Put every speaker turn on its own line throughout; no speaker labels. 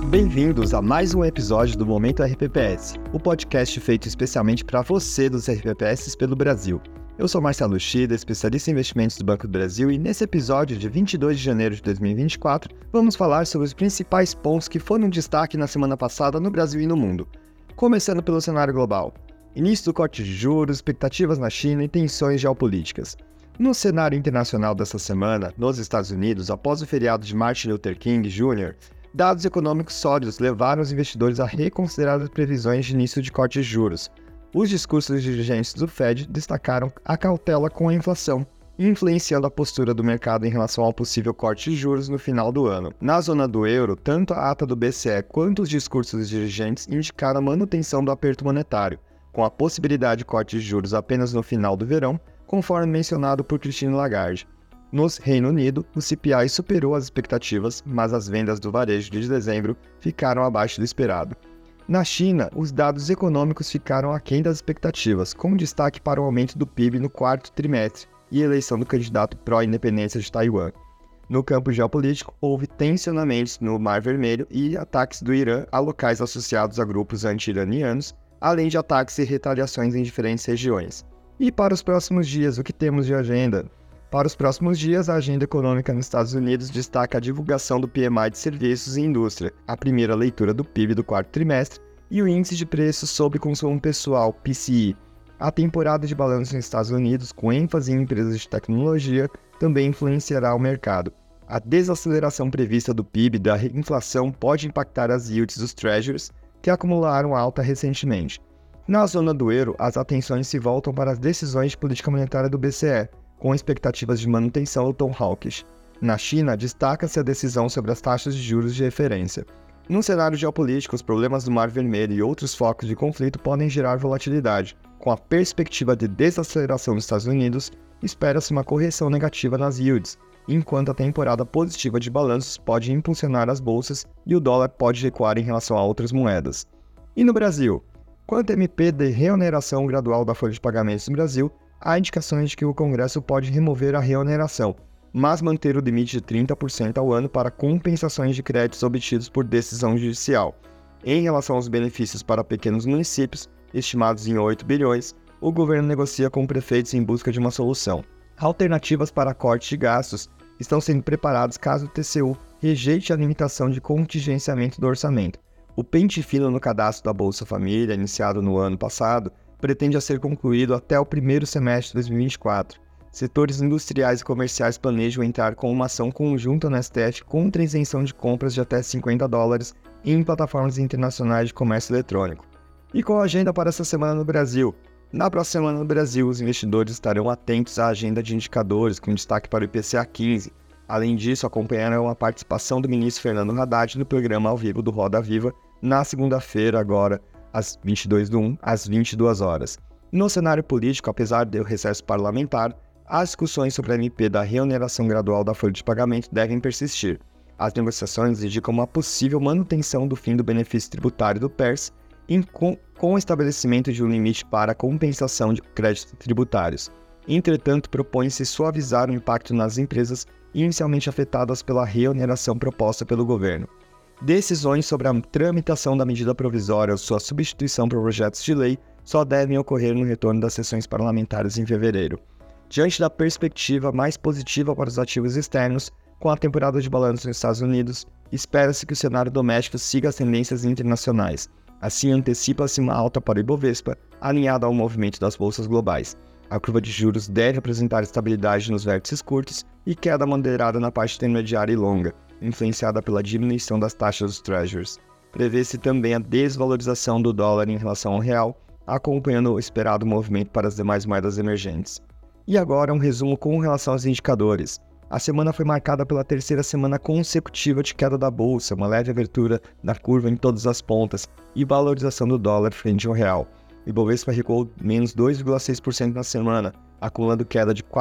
Bem-vindos a mais um episódio do Momento RPPS, o podcast feito especialmente para você dos RPPS pelo Brasil. Eu sou Marcelo Chida, especialista em investimentos do Banco do Brasil, e nesse episódio de 22 de janeiro de 2024, vamos falar sobre os principais pontos que foram destaque na semana passada no Brasil e no mundo. Começando pelo cenário global. Início do corte de juros, expectativas na China e tensões geopolíticas. No cenário internacional dessa semana, nos Estados Unidos, após o feriado de Martin Luther King Jr., dados econômicos sólidos levaram os investidores a reconsiderar as previsões de início de corte de juros. Os discursos dos dirigentes do Fed destacaram a cautela com a inflação, influenciando a postura do mercado em relação ao possível corte de juros no final do ano. Na zona do euro, tanto a ata do BCE quanto os discursos dos dirigentes indicaram a manutenção do aperto monetário, com a possibilidade de corte de juros apenas no final do verão, conforme mencionado por Christine Lagarde. No Reino Unido, o CPI superou as expectativas, mas as vendas do varejo de dezembro ficaram abaixo do esperado. Na China, os dados econômicos ficaram aquém das expectativas, com destaque para o aumento do PIB no quarto trimestre e a eleição do candidato pró-independência de Taiwan. No campo geopolítico, houve tensionamentos no Mar Vermelho e ataques do Irã a locais associados a grupos anti-iranianos, além de ataques e retaliações em diferentes regiões. E para os próximos dias, o que temos de agenda? Para os próximos dias, a agenda econômica nos Estados Unidos destaca a divulgação do PMI de serviços e indústria, a primeira leitura do PIB do quarto trimestre e o índice de preços sobre consumo pessoal, PCE. A temporada de balanço nos Estados Unidos, com ênfase em empresas de tecnologia, também influenciará o mercado. A desaceleração prevista do PIB da inflação pode impactar as yields dos treasuries, que acumularam alta recentemente. Na zona do euro, as atenções se voltam para as decisões de política monetária do BCE, com expectativas de manutenção do tom hawkish. Na China, destaca-se a decisão sobre as taxas de juros de referência. No cenário geopolítico, os problemas do Mar Vermelho e outros focos de conflito podem gerar volatilidade. Com a perspectiva de desaceleração dos Estados Unidos, espera-se uma correção negativa nas yields, enquanto a temporada positiva de balanços pode impulsionar as bolsas e o dólar pode recuar em relação a outras moedas. E no Brasil? Quanto à MP de reoneração gradual da folha de pagamentos no Brasil, há indicações de que o Congresso pode remover a reoneração, mas manter o limite de 30% ao ano para compensações de créditos obtidos por decisão judicial. Em relação aos benefícios para pequenos municípios, estimados em 8 bilhões, o governo negocia com prefeitos em busca de uma solução. Alternativas para corte de gastos estão sendo preparadas caso o TCU rejeite a limitação de contingenciamento do orçamento. O pente fino no cadastro da Bolsa Família, iniciado no ano passado, pretende a ser concluído até o primeiro semestre de 2024. Setores industriais e comerciais planejam entrar com uma ação conjunta no STF contra a isenção de compras de até $50 em plataformas internacionais de comércio eletrônico. E qual a agenda para essa semana no Brasil? Na próxima semana no Brasil, os investidores estarão atentos à agenda de indicadores, com destaque para o IPCA 15. Além disso, acompanharão a participação do ministro Fernando Haddad no programa ao vivo do Roda Viva, na segunda-feira, agora, às 22/1, às 22 horas. No cenário político, apesar do recesso parlamentar, as discussões sobre a MP da reoneração gradual da folha de pagamento devem persistir. As negociações indicam uma possível manutenção do fim do benefício tributário do PERS, com o estabelecimento de um limite para a compensação de créditos tributários. Entretanto, propõe-se suavizar o impacto nas empresas inicialmente afetadas pela reoneração proposta pelo governo. Decisões sobre a tramitação da medida provisória ou sua substituição por projetos de lei só devem ocorrer no retorno das sessões parlamentares em fevereiro. Diante da perspectiva mais positiva para os ativos externos, com a temporada de balanço nos Estados Unidos, espera-se que o cenário doméstico siga as tendências internacionais. Assim, antecipa-se uma alta para o Ibovespa, alinhada ao movimento das bolsas globais. A curva de juros deve apresentar estabilidade nos vértices curtos e queda moderada na parte intermediária e longa, influenciada pela diminuição das taxas dos treasuries. Prevê-se também a desvalorização do dólar em relação ao real, acompanhando o esperado movimento para as demais moedas emergentes. E agora um resumo com relação aos indicadores. A semana foi marcada pela terceira semana consecutiva de queda da bolsa, uma leve abertura da curva em todas as pontas e valorização do dólar frente ao real. O Ibovespa recuou menos 2,6% na semana, acumulando queda de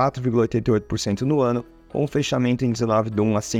4,88% no ano, com o fechamento em 19/1 a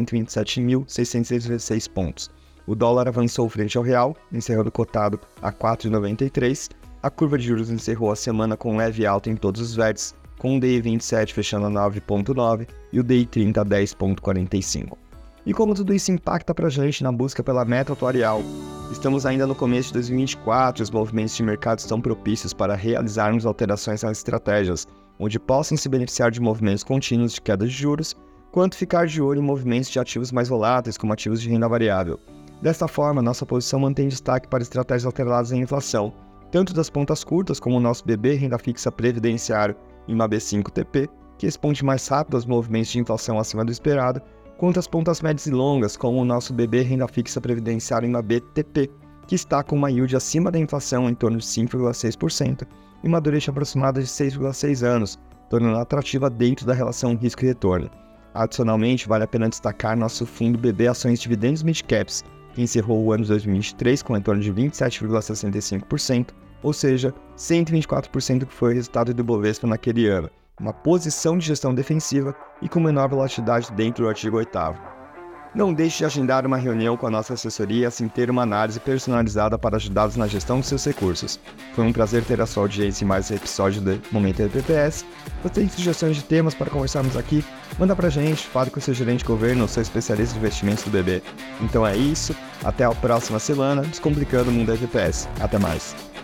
127.616 pontos. O dólar avançou frente ao real, encerrando cotado a 4,93. A curva de juros encerrou a semana com leve alta em todos os vértices, com o DI 27 fechando a 9,9 e o DI 30 a 10,45. E como tudo isso impacta pra gente na busca pela meta atuarial? Estamos ainda no começo de 2024 e os movimentos de mercado estão propícios para realizarmos alterações nas estratégias, onde possam se beneficiar de movimentos contínuos de queda de juros, quanto ficar de olho em movimentos de ativos mais voláteis, como ativos de renda variável. Desta forma, nossa posição mantém destaque para estratégias atreladas à inflação, tanto das pontas curtas, como o nosso BB Renda Fixa Previdenciário em uma B5TP, que responde mais rápido aos movimentos de inflação acima do esperado, quanto as pontas médias e longas, como o nosso BB Renda Fixa Previdenciário em uma BTP, que está com uma yield acima da inflação em torno de 5,6% e uma duration aproximada de 6,6 anos, tornando atrativa dentro da relação risco e retorno. Adicionalmente, vale a pena destacar nosso fundo BB Ações Dividendos Midcaps, que encerrou o ano de 2023 com retorno de 27,65%, ou seja, 124% que foi o resultado do Ibovespa naquele ano, uma posição de gestão defensiva e com menor volatilidade dentro do artigo 8º. Não deixe de agendar uma reunião com a nossa assessoria, assim ter uma análise personalizada para ajudá-los na gestão dos seus recursos. Foi um prazer ter a sua audiência em mais um episódio do Momento RPPS. Você tem sugestões de temas para conversarmos aqui? Manda pra gente, fale com o seu gerente de governo ou seu especialista de investimentos do BB. Então é isso, até a próxima semana, Descomplicando o Mundo RPPS. Até mais!